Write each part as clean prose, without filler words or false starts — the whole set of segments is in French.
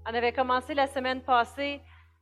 On avait commencé la semaine passée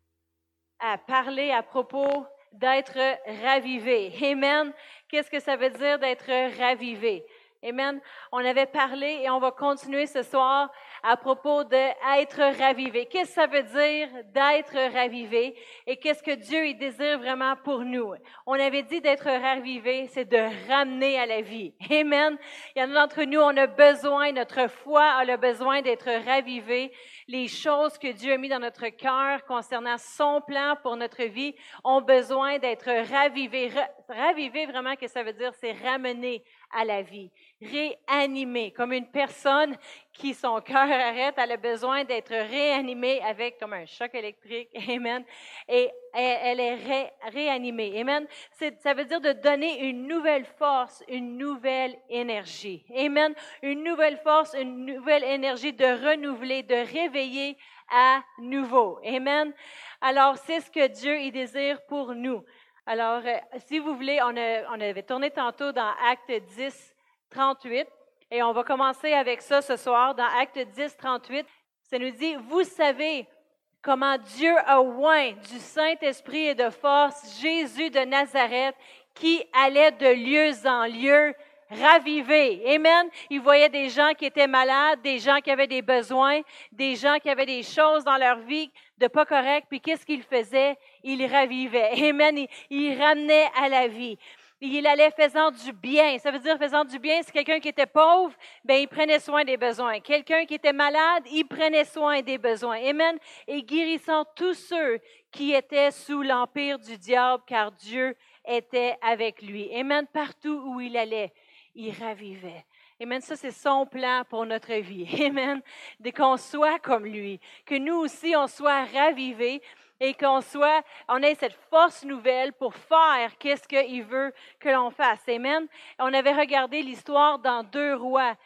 à parler à propos d'être ravivé. Amen. Qu'est-ce que ça veut dire d'être ravivé? Amen. On avait parlé et on va continuer ce soir à propos d'être ravivé. Qu'est-ce que ça veut dire d'être ravivé et qu'est-ce que Dieu il désire vraiment pour nous? On avait dit d'être ravivé, c'est de ramener à la vie. Amen. Il y en a d'entre nous, on a besoin, notre foi a le besoin d'être ravivé. Les choses que Dieu a mis dans notre cœur concernant son plan pour notre vie ont besoin d'être ravivées. Raviver, vraiment, que ça veut dire, c'est ramener à la vie, réanimer, comme une personne qui son cœur arrête, elle a besoin d'être réanimée avec comme un choc électrique, amen, et elle est réanimée, amen. Ça veut dire de donner une nouvelle force, une nouvelle énergie, amen, une nouvelle force, une nouvelle énergie de renouveler, de réveiller à nouveau, amen. Alors, c'est ce que Dieu il désire pour nous. Alors, si vous voulez, on avait tourné tantôt dans Acte 10, 38, et on va commencer avec ça ce soir, dans Acte 10, 38. Ça nous dit, « Vous savez comment Dieu a oint du Saint-Esprit et de force Jésus de Nazareth, qui allait de lieu en lieu, raviver. » Amen. Il voyait des gens qui étaient malades, des gens qui avaient des besoins, des gens qui avaient des choses dans leur vie de pas correct. Puis qu'est-ce qu'il faisait? Il ravivait. Amen. Il ramenait à la vie. Il allait faisant du bien. Ça veut dire faisant du bien, c'est quelqu'un qui était pauvre, ben il prenait soin des besoins. Quelqu'un qui était malade, il prenait soin des besoins. Amen. Et guérissant tous ceux qui étaient sous l'empire du diable, car Dieu était avec lui. Amen. Partout où il allait, il ravivait. Amen. Ça, c'est son plan pour notre vie. Amen. Dès qu'on soit comme lui, que nous aussi, on soit ravivés et on ait cette force nouvelle pour faire qu'est-ce qu'il veut que l'on fasse. Amen. On avait regardé l'histoire dans 2 Rois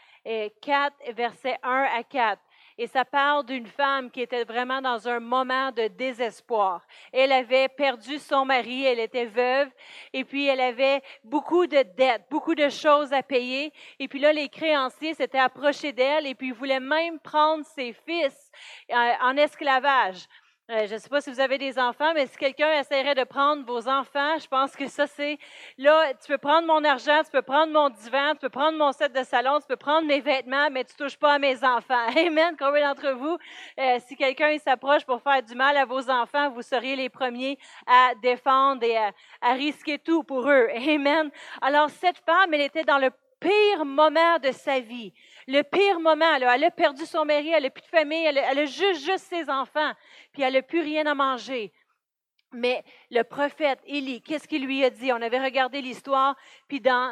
4, versets 1 à 4. Et ça parle d'une femme qui était vraiment dans un moment de désespoir. Elle avait perdu son mari, elle était veuve, et puis elle avait beaucoup de dettes, beaucoup de choses à payer. Et puis là, les créanciers s'étaient approchés d'elle et puis ils voulaient même prendre ses fils en esclavage. Je ne sais pas si vous avez des enfants, mais si quelqu'un essaierait de prendre vos enfants, je pense que ça, c'est... Là, tu peux prendre mon argent, tu peux prendre mon divan, tu peux prendre mon set de salon, tu peux prendre mes vêtements, mais tu ne touches pas à mes enfants. Amen. Combien d'entre vous, si quelqu'un s'approche pour faire du mal à vos enfants, vous seriez les premiers à défendre et à risquer tout pour eux. Amen. Alors, cette femme, elle était dans le pire moment de sa vie. Le pire moment, là, elle a perdu son mari, elle n'a plus de famille, elle a juste ses enfants, puis elle n'a plus rien à manger. Mais le prophète Élie, qu'est-ce qu'il lui a dit? On avait regardé l'histoire, puis dans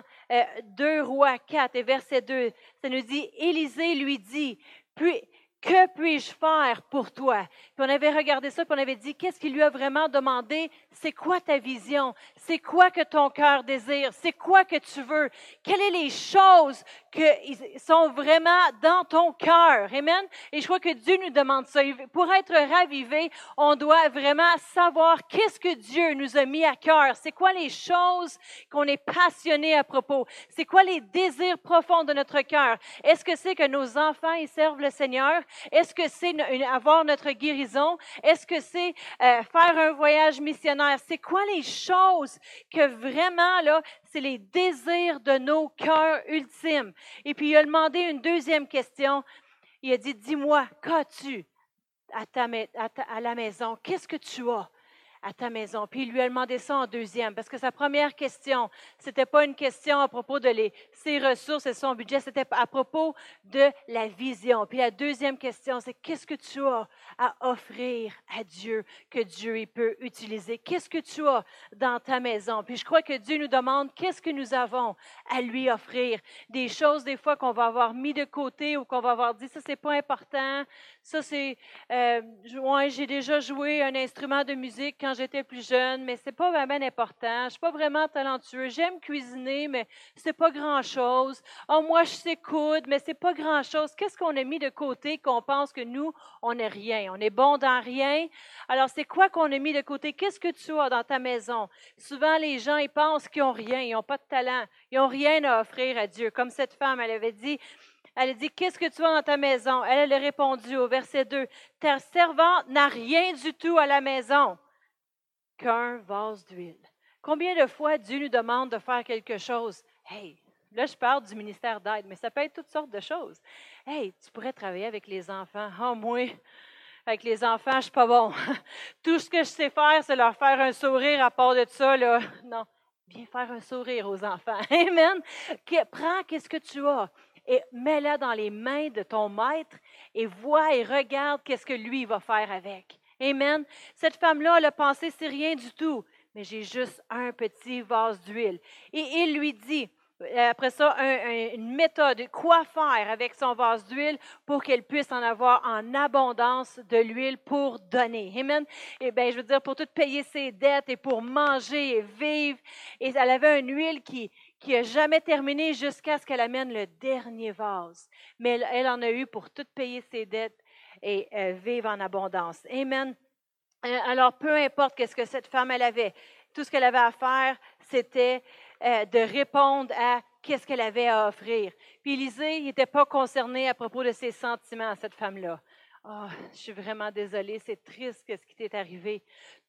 2 Rois 4 et verset 2, ça nous dit, Élisée lui dit, que puis-je faire pour toi? Puis on avait regardé ça, puis on avait dit, qu'est-ce qu'il lui a vraiment demandé? C'est quoi ta vision? C'est quoi que ton cœur désire? C'est quoi que tu veux? Quelles sont les choses qui sont vraiment dans ton cœur? Amen? Et je crois que Dieu nous demande ça. Pour être ravivé, on doit vraiment savoir qu'est-ce que Dieu nous a mis à cœur. C'est quoi les choses qu'on est passionné à propos? C'est quoi les désirs profonds de notre cœur? Est-ce que c'est que nos enfants ils servent le Seigneur? Est-ce que c'est avoir notre guérison? Est-ce que c'est faire un voyage missionnaire? C'est quoi les choses que vraiment, là, c'est les désirs de nos cœurs ultimes? Et puis, il a demandé une deuxième question. Il a dit, dis-moi, qu'as-tu à la maison? Qu'est-ce que tu as à ta maison? Puis il lui a demandé ça en deuxième, parce que sa première question, c'était pas une question à propos de ses ressources et son budget, c'était à propos de la vision. Puis la deuxième question, c'est qu'est-ce que tu as à offrir à Dieu, que Dieu il peut utiliser? Qu'est-ce que tu as dans ta maison? Puis je crois que Dieu nous demande qu'est-ce que nous avons à lui offrir. Des choses, des fois, qu'on va avoir mis de côté ou qu'on va avoir dit, ça, c'est pas important. Ça, c'est, j'ai déjà joué un instrument de musique quand j'étais plus jeune, mais c'est pas vraiment important. Je suis pas vraiment talentueux. J'aime cuisiner, mais c'est pas grand-chose. Oh, moi, je sais coudre, mais c'est pas grand-chose. Qu'est-ce qu'on a mis de côté qu'on pense que nous, on n'est rien? On est bon dans rien. Alors, c'est quoi qu'on a mis de côté? Qu'est-ce que tu as dans ta maison? Souvent, les gens, ils pensent qu'ils n'ont rien, ils n'ont pas de talent, ils n'ont rien à offrir à Dieu. Comme cette femme, elle avait dit, Elle a dit, qu'est-ce que tu as dans ta maison? Elle a répondu au verset 2, ta servante n'a rien du tout à la maison qu'un vase d'huile. Combien de fois Dieu nous demande de faire quelque chose? Hey, là, je parle du ministère d'aide, mais ça peut être toutes sortes de choses. Hey, tu pourrais travailler avec les enfants. Oh, moi, avec les enfants, je ne suis pas bon. Tout ce que je sais faire, c'est leur faire un sourire à part de ça, là. Non, viens faire un sourire aux enfants. Amen. Prends qu'est-ce que tu as et mets-la dans les mains de ton maître et vois et regarde qu'est-ce que lui va faire avec. Amen. Cette femme-là, elle a pensé, c'est rien du tout, mais j'ai juste un petit vase d'huile. Et il lui dit, après ça, une méthode, quoi faire avec son vase d'huile pour qu'elle puisse en avoir en abondance de l'huile pour donner. Amen. Et bien, je veux dire, pour tout payer ses dettes et pour manger et vivre. Et elle avait une huile qui n'a jamais terminé jusqu'à ce qu'elle amène le dernier vase. Mais elle en a eu pour tout payer ses dettes et vivre en abondance. Amen. Alors, peu importe qu'est-ce que cette femme elle avait, tout ce qu'elle avait à faire, c'était de répondre à qu'est-ce qu'elle avait à offrir. Puis Élisée, il n'était pas concerné à propos de ses sentiments à cette femme-là. Oh, je suis vraiment désolée, c'est triste ce qui t'est arrivé.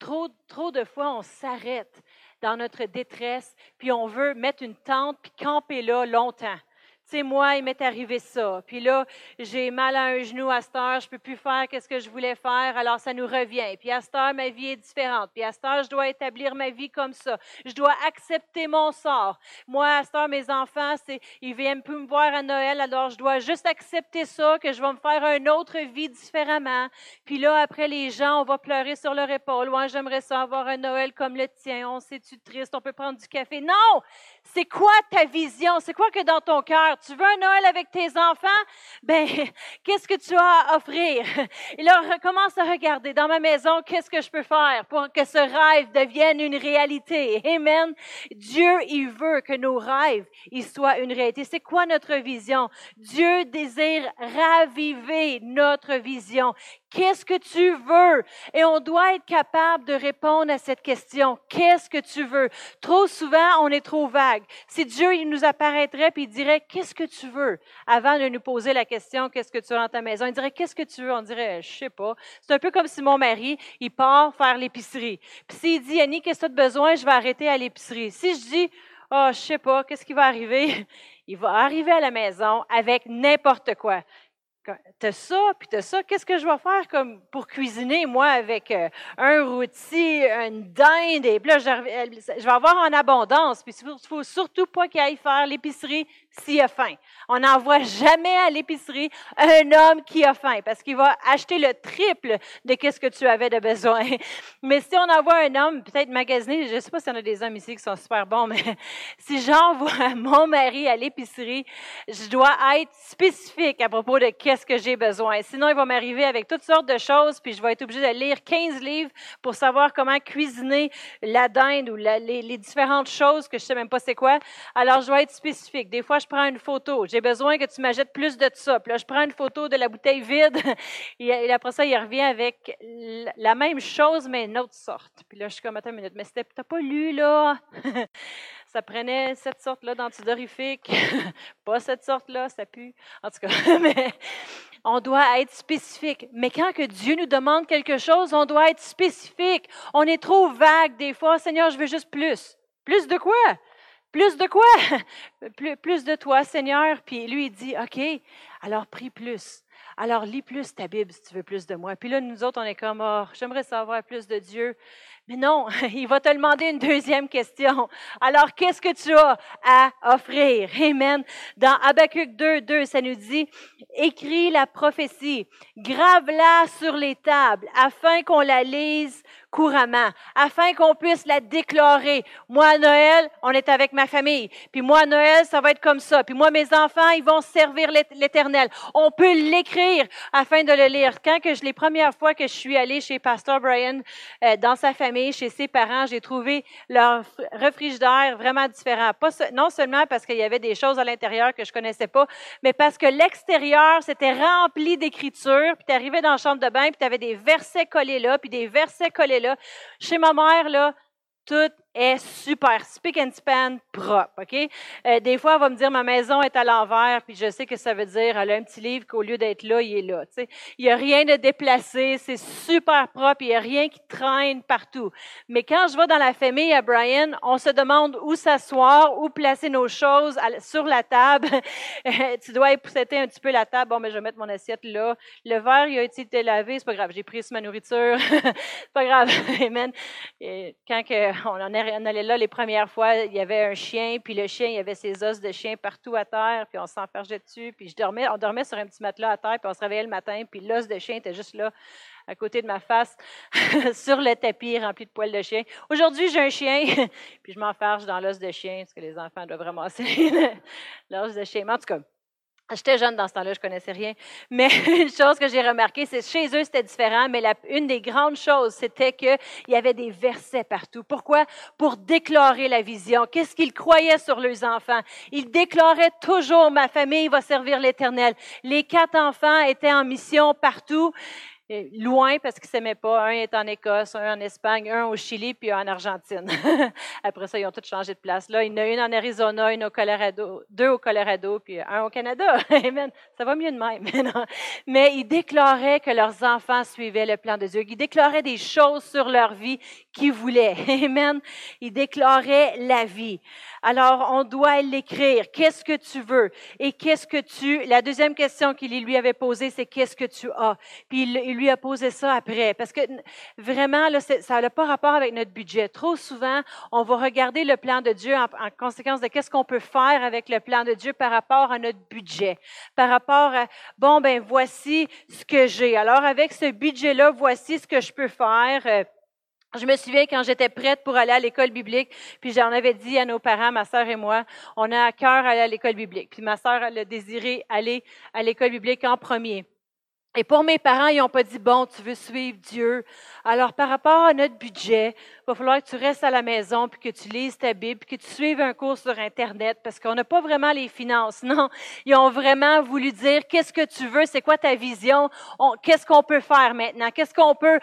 Trop de fois, on s'arrête dans notre détresse, puis on veut mettre une tente, puis camper là longtemps. Tu sais, moi, il m'est arrivé ça. Puis là, j'ai mal à un genou à cette heure, je ne peux plus faire ce que je voulais faire, alors ça nous revient. Puis à cette heure, ma vie est différente. Puis à cette heure, je dois établir ma vie comme ça. Je dois accepter mon sort. Moi, à cette heure, mes enfants, ils ne viennent plus me voir à Noël, alors je dois juste accepter ça, que je vais me faire une autre vie différemment. Puis là, après, les gens, on va pleurer sur leur épaule. Ouais, j'aimerais ça avoir un Noël comme le tien. On s'est-tu triste, on peut prendre du café. Non! C'est quoi ta vision? C'est quoi que dans ton cœur? Tu veux un Noël avec tes enfants? Ben, qu'est-ce que tu as à offrir? Et là, on recommence à regarder dans ma maison, qu'est-ce que je peux faire pour que ce rêve devienne une réalité? Amen. Dieu, il veut que nos rêves, ils soient une réalité. C'est quoi notre vision? Dieu désire raviver notre vision. Qu'est-ce que tu veux? Et on doit être capable de répondre à cette question. Qu'est-ce que tu veux? Trop souvent, on est trop vague. Si Dieu, il nous apparaîtrait puis il dirait, qu'est-ce que tu veux? Avant de nous poser la question, qu'est-ce que tu as dans ta maison? Il dirait, qu'est-ce que tu veux? On dirait, je sais pas. C'est un peu comme si mon mari, il part faire l'épicerie. Puis s'il dit, Annie, qu'est-ce que tu as besoin? Je vais arrêter à l'épicerie. Si je dis, je sais pas, qu'est-ce qui va arriver? Il va arriver à la maison avec n'importe quoi. T'as ça, puis t'as ça. Qu'est-ce que je vais faire comme pour cuisiner, moi, avec un rôti, une dinde, et puis là, je vais avoir en abondance. Puis il ne faut surtout pas qu'il aille faire l'épicerie s'il a faim. On n'envoie jamais à l'épicerie un homme qui a faim, parce qu'il va acheter le triple de qu'est-ce que tu avais de besoin. Mais si on envoie un homme, peut-être magasiner, je ne sais pas s'il y en a des hommes ici qui sont super bons, mais si j'envoie mon mari à l'épicerie, je dois être spécifique à propos de qu'est-ce que j'ai besoin. Sinon, il va m'arriver avec toutes sortes de choses, puis je vais être obligée de lire 15 livres pour savoir comment cuisiner la dinde ou les différentes choses que je ne sais même pas c'est quoi. Alors, je dois être spécifique. Des fois, je prends une photo. J'ai besoin que tu m'achètes plus de ça. Puis là, je prends une photo de la bouteille vide. Et après ça, il revient avec la même chose, mais une autre sorte. Puis là, je suis comme, attends une minute, mais t'as pas lu, là? Ça prenait cette sorte-là d'antidorifique. Pas cette sorte-là, ça pue. En tout cas, mais on doit être spécifique. Mais quand que Dieu nous demande quelque chose, on doit être spécifique. On est trop vague des fois. Seigneur, je veux juste plus. Plus de quoi? Plus de quoi? Plus de toi, Seigneur. Puis lui, il dit, OK, alors prie plus. Alors lis plus ta Bible si tu veux plus de moi. Puis là, nous autres, on est comme, j'aimerais savoir plus de Dieu. Mais non, il va te demander une deuxième question. Alors, qu'est-ce que tu as à offrir? Amen. Dans Habakkuk 2:2, ça nous dit, écris la prophétie, grave-la sur les tables, afin qu'on la lise couramment, afin qu'on puisse la déclarer. Moi, à Noël, on est avec ma famille. Puis moi, à Noël, ça va être comme ça. Puis moi, mes enfants, ils vont servir l'Éternel. On peut l'écrire afin de le lire. Quand les premières fois que je suis allée chez Pasteur Brian, dans sa famille, chez ses parents, j'ai trouvé leur réfrigéraire vraiment différent. Non seulement parce qu'il y avait des choses à l'intérieur que je connaissais pas, mais parce que l'extérieur, c'était rempli d'écritures. Puis tu arrivais dans la chambre de bain, puis tu avais des versets collés là, puis des versets collés là. Chez ma mère, là, tout est super, spick and span, propre, OK? Des fois, elle va me dire, ma maison est à l'envers, puis je sais que ça veut dire, elle a un petit livre qu'au lieu d'être là, il est là, tu sais. Il n'y a rien de déplacé, c'est super propre, il n'y a rien qui traîne partout. Mais quand je vais dans la famille à Brian, on se demande où s'asseoir, où placer nos choses sur la table. Tu dois épousseter un petit peu la table. Bon, mais je vais mettre mon assiette là. Le verre, il a été lavé, c'est pas grave, j'ai pris ma nourriture. C'est pas grave. Amen. Et quand on allait là les premières fois, il y avait un chien, puis le chien, il y avait ses os de chien partout à terre, puis on s'enfargeait dessus, puis on dormait sur un petit matelas à terre, puis on se réveillait le matin, puis l'os de chien était juste là, à côté de ma face, sur le tapis rempli de poils de chien. Aujourd'hui, j'ai un chien, puis je m'enfarge dans l'os de chien, parce que les enfants doivent ramasser l'os de chien. Mais en tout cas, j'étais jeune dans ce temps-là, je connaissais rien. Mais une chose que j'ai remarquée, c'est que chez eux, c'était différent. Mais une des grandes choses, c'était qu'il y avait des versets partout. Pourquoi? Pour déclarer la vision. Qu'est-ce qu'ils croyaient sur leurs enfants? Ils déclaraient toujours, ma famille va servir l'Éternel. Les 4 enfants étaient en mission partout. Loin parce qu'ils ne s'aimaient pas. Un est en Écosse, un en Espagne, un au Chili, puis un en Argentine. Après ça, ils ont tous changé de place. Là, il y en a une en Arizona, une au Colorado, 2 au Colorado, puis un au Canada. Amen. Ça va mieux de même. Mais ils déclaraient que leurs enfants suivaient le plan de Dieu. Ils déclaraient des choses sur leur vie qu'ils voulaient. Amen. Ils déclaraient la vie. Alors, on doit l'écrire. Qu'est-ce que tu veux? Et la deuxième question qu'il lui avait posée, c'est qu'est-ce que tu as? Puis il lui a posé ça après. Parce que vraiment, là, ça n'a pas rapport avec notre budget. Trop souvent, on va regarder le plan de Dieu en conséquence de qu'est-ce qu'on peut faire avec le plan de Dieu par rapport à notre budget. Par rapport à, bon, ben, voici ce que j'ai. Alors, avec ce budget-là, voici ce que je peux faire. Je me souviens quand j'étais prête pour aller à l'école biblique, puis j'en avais dit à nos parents, ma sœur et moi, on a à cœur aller à l'école biblique. Puis ma sœur, elle a désiré aller à l'école biblique en premier. Et pour mes parents, ils n'ont pas dit, bon, tu veux suivre Dieu. Alors, par rapport à notre budget, il va falloir que tu restes à la maison, puis que tu lises ta Bible, puis que tu suives un cours sur Internet, parce qu'on n'a pas vraiment les finances. Non, ils ont vraiment voulu dire, qu'est-ce que tu veux, c'est quoi ta vision, qu'est-ce qu'on peut faire maintenant, qu'est-ce qu'on peut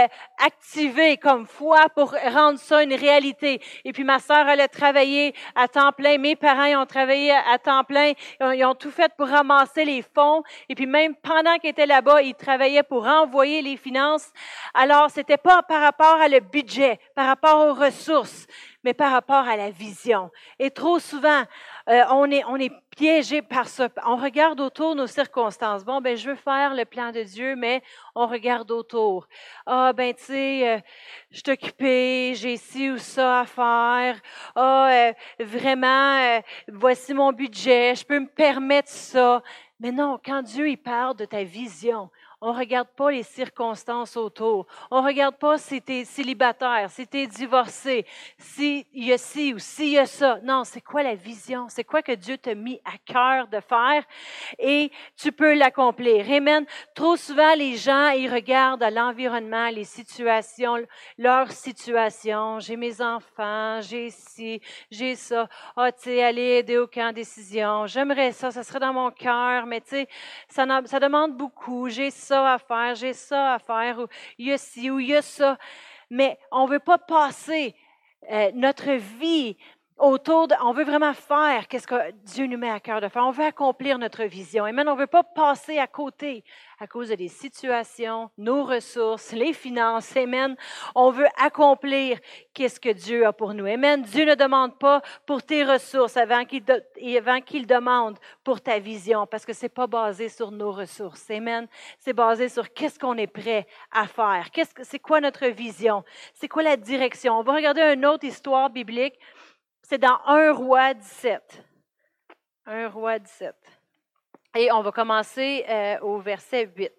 activer comme foi pour rendre ça une réalité. Et puis, ma sœur, elle a travaillé à temps plein, mes parents, ils ont travaillé à temps plein, ils ont tout fait pour ramasser les fonds, et puis même pendant qu'ils étaient là-bas, ils travaillaient pour envoyer les finances. Alors, c'était pas par rapport à le budget, par rapport aux ressources, mais par rapport à la vision. Et trop souvent, on est piégé par ça. On regarde autour nos circonstances. Bon, ben, je veux faire le plan de Dieu, mais on regarde autour. Ah, ben, tu sais, je suis occupée, j'ai ci ou ça à faire. Ah, vraiment, voici mon budget, je peux me permettre ça. Mais non, quand Dieu il parle de ta vision, on ne regarde pas les circonstances autour. On ne regarde pas si tu es célibataire, si tu es divorcé, s'il y a ci ou s'il y a ça. Non, c'est quoi la vision? C'est quoi que Dieu t'a mis à cœur de faire? Et tu peux l'accomplir. Amen. Trop souvent, les gens, ils regardent à l'environnement, les situations, leur situation. J'ai mes enfants, j'ai ci, j'ai ça. Ah, tu sais, aller aider au camp décision. J'aimerais ça, ça serait dans mon cœur, mais tu sais, ça demande beaucoup. J'ai ça à faire, j'ai ça à faire, ou il y a ci, ou il y a ça. Mais on ne veut pas passer notre vie on veut vraiment faire qu'est-ce que Dieu nous met à cœur de faire. On veut accomplir notre vision. Amen. On ne veut pas passer à côté à cause des situations, nos ressources, les finances. Amen. On veut accomplir qu'est-ce que Dieu a pour nous. Amen. Dieu ne demande pas pour tes ressources avant qu'il demande pour ta vision, parce que c'est pas basé sur nos ressources. Amen. C'est basé sur qu'est-ce qu'on est prêt à faire. C'est quoi notre vision? C'est quoi la direction? On va regarder une autre histoire biblique. C'est dans 1 Roi 17. 1 Roi 17. Et on va commencer au verset 8.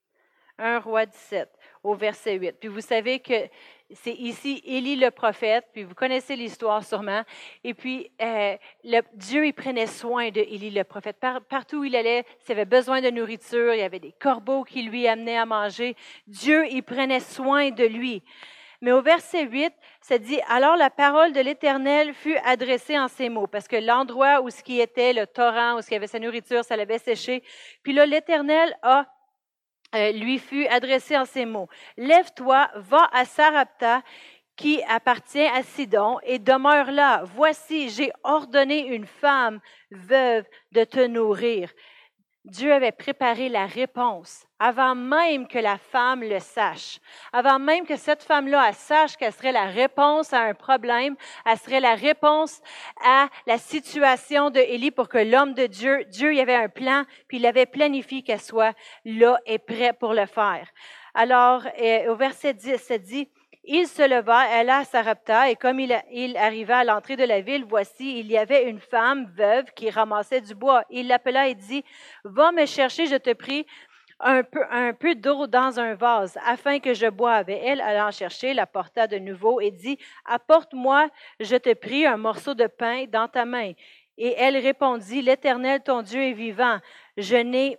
1 Roi 17, au verset 8. Puis vous savez que c'est ici Élie le prophète, puis vous connaissez l'histoire sûrement. Et puis Dieu, il prenait soin de Élie le prophète. Partout où il allait, s'il avait besoin de nourriture, il y avait des corbeaux qui lui amenaient à manger. Dieu, il prenait soin de lui. Mais au verset 8, ça dit, « Alors la parole de l'Éternel fut adressée en ces mots. » Parce que l'endroit où ce qui était, le torrent, où ce qui avait sa nourriture, ça l'avait séché. Puis là, l'Éternel lui fut adressé en ces mots. « Lève-toi, va à Sarepta, qui appartient à Sidon et demeure là. Voici, j'ai ordonné une femme veuve de te nourrir. Dieu avait préparé la réponse avant même que la femme le sache. Avant même que cette femme-là sache qu'elle serait la réponse à un problème, elle serait la réponse à la situation de Élie pour que l'homme de Dieu, Dieu y avait un plan, puis il avait planifié qu'elle soit là et prête pour le faire. Alors, au verset 10, ça dit, il se leva, alla à Sarepta, et comme il arriva à l'entrée de la ville, voici, il y avait une femme veuve qui ramassait du bois. Il l'appela et dit, va me chercher, je te prie, un peu d'eau dans un vase, afin que je boive. Et elle, allant chercher, la porta de nouveau et dit, apporte-moi, je te prie, un morceau de pain dans ta main. Et elle répondit, l'Éternel, ton Dieu est vivant. Je n'ai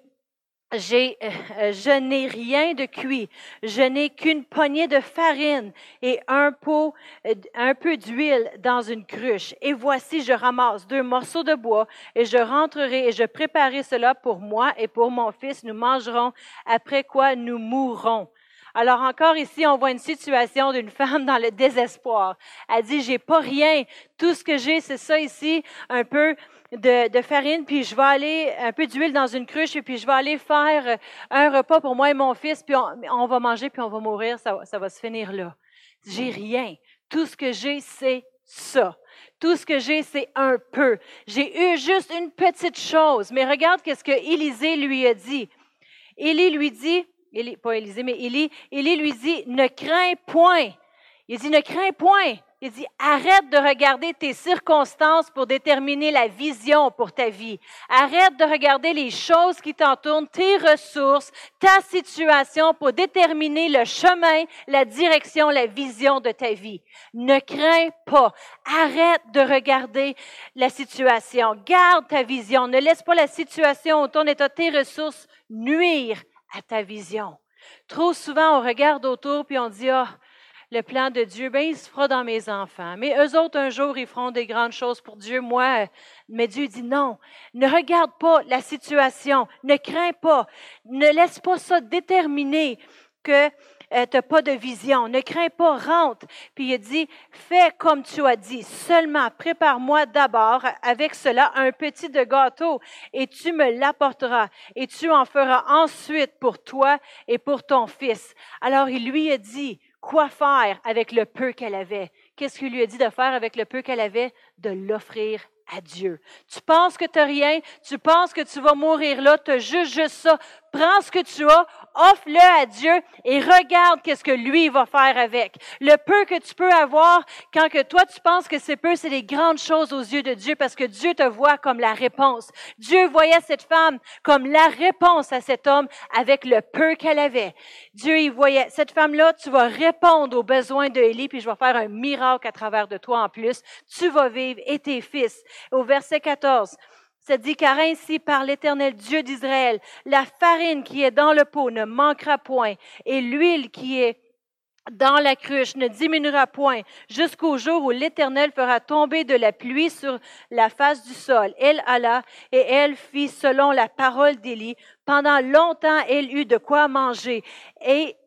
rien de cuit, je n'ai qu'une poignée de farine et un peu d'huile dans une cruche. Et voici, je ramasse 2 morceaux de bois et je rentrerai et je préparerai cela pour moi et pour mon fils. Nous mangerons, après quoi nous mourrons. Alors encore ici, on voit une situation d'une femme dans le désespoir. Elle dit, j'ai pas rien, tout ce que j'ai, c'est ça ici, un peu de farine, puis je vais aller, un peu d'huile dans une cruche, et puis je vais aller faire un repas pour moi et mon fils, puis on va manger, puis on va mourir, ça va se finir là. J'ai rien. Tout ce que j'ai, c'est ça. Tout ce que j'ai, c'est un peu. J'ai eu juste une petite chose. Mais regarde qu'est-ce que Élisée lui a dit. Élie lui dit, pas Élisée, mais Élie lui dit, ne crains point. Il dit, ne crains point. Il dit, arrête de regarder tes circonstances pour déterminer la vision pour ta vie. Arrête de regarder les choses qui t'entourent, tes ressources, ta situation pour déterminer le chemin, la direction, la vision de ta vie. Ne crains pas. Arrête de regarder la situation. Garde ta vision. Ne laisse pas la situation autour de tes ressources nuire à ta vision. Trop souvent, on regarde autour puis on dit, le plan de Dieu, ben il se fera dans mes enfants. Mais eux autres, un jour, ils feront des grandes choses pour Dieu. Moi, mais Dieu dit non. Ne regarde pas la situation. Ne crains pas. Ne laisse pas ça déterminer que tu n'as pas de vision. Ne crains pas, rentre. Puis il dit, fais comme tu as dit. Seulement, prépare-moi d'abord avec cela un petit de gâteau et tu me l'apporteras. Et tu en feras ensuite pour toi et pour ton fils. Alors il lui a dit, quoi faire avec le peu qu'elle avait? Qu'est-ce qu'il lui a dit de faire avec le peu qu'elle avait? De l'offrir à Dieu. Tu penses que tu n'as rien, tu penses que tu vas mourir là, tu as juste ça. Prends ce que tu as, offre-le à Dieu et regarde qu'est-ce que lui va faire avec. Le peu que tu peux avoir, quand que toi tu penses que c'est peu, c'est des grandes choses aux yeux de Dieu parce que Dieu te voit comme la réponse. Dieu voyait cette femme comme la réponse à cet homme avec le peu qu'elle avait. Dieu y voyait, cette femme-là, tu vas répondre aux besoins de Élie, puis je vais faire un miracle à travers de toi en plus. Tu vas vivre et tes fils. Au verset 14, ça dit, car ainsi par l'Éternel Dieu d'Israël, la farine qui est dans le pot ne manquera point, et l'huile qui est dans la cruche ne diminuera point, jusqu'au jour où l'Éternel fera tomber de la pluie sur la face du sol. Elle alla, et elle fit selon la parole d'Élie. Pendant longtemps, elle eut de quoi manger, et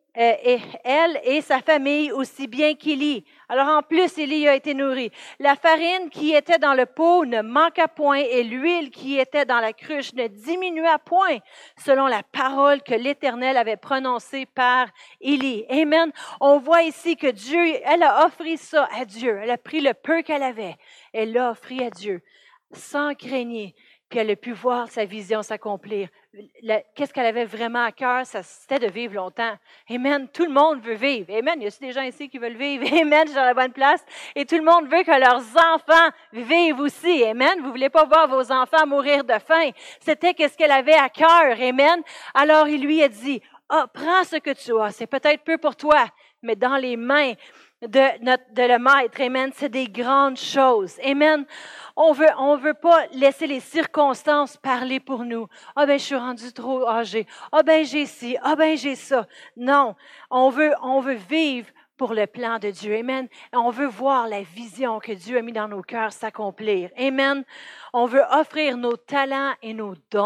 elle et sa famille aussi bien qu'Élie. Alors en plus, Élie a été nourri. La farine qui était dans le pot ne manqua point et l'huile qui était dans la cruche ne diminua point, selon la parole que l'Éternel avait prononcée par Élie. Amen. On voit ici que Dieu, elle a offert ça à Dieu. Elle a pris le peu qu'elle avait. Elle l'a offert à Dieu, sans craigner. Puis elle a pu voir sa vision s'accomplir. Qu'est-ce qu'elle avait vraiment à cœur? C'était de vivre longtemps. Amen. Tout le monde veut vivre. Amen. Il y a aussi des gens ici qui veulent vivre. Amen. Je suis dans la bonne place. Et tout le monde veut que leurs enfants vivent aussi. Amen. Vous ne voulez pas voir vos enfants mourir de faim. C'était qu'est-ce qu'elle avait à cœur. Amen. Alors il lui a dit, prends ce que tu as. C'est peut-être peu pour toi, mais dans les mains de le maître, amen, c'est des grandes choses, amen. On veut pas laisser les circonstances parler pour nous. Je suis rendu trop âgé. J'ai ci. J'ai ça. Non, on veut vivre pour le plan de Dieu, amen. Et on veut voir la vision que Dieu a mis dans nos cœurs s'accomplir, amen. On veut offrir nos talents et nos dons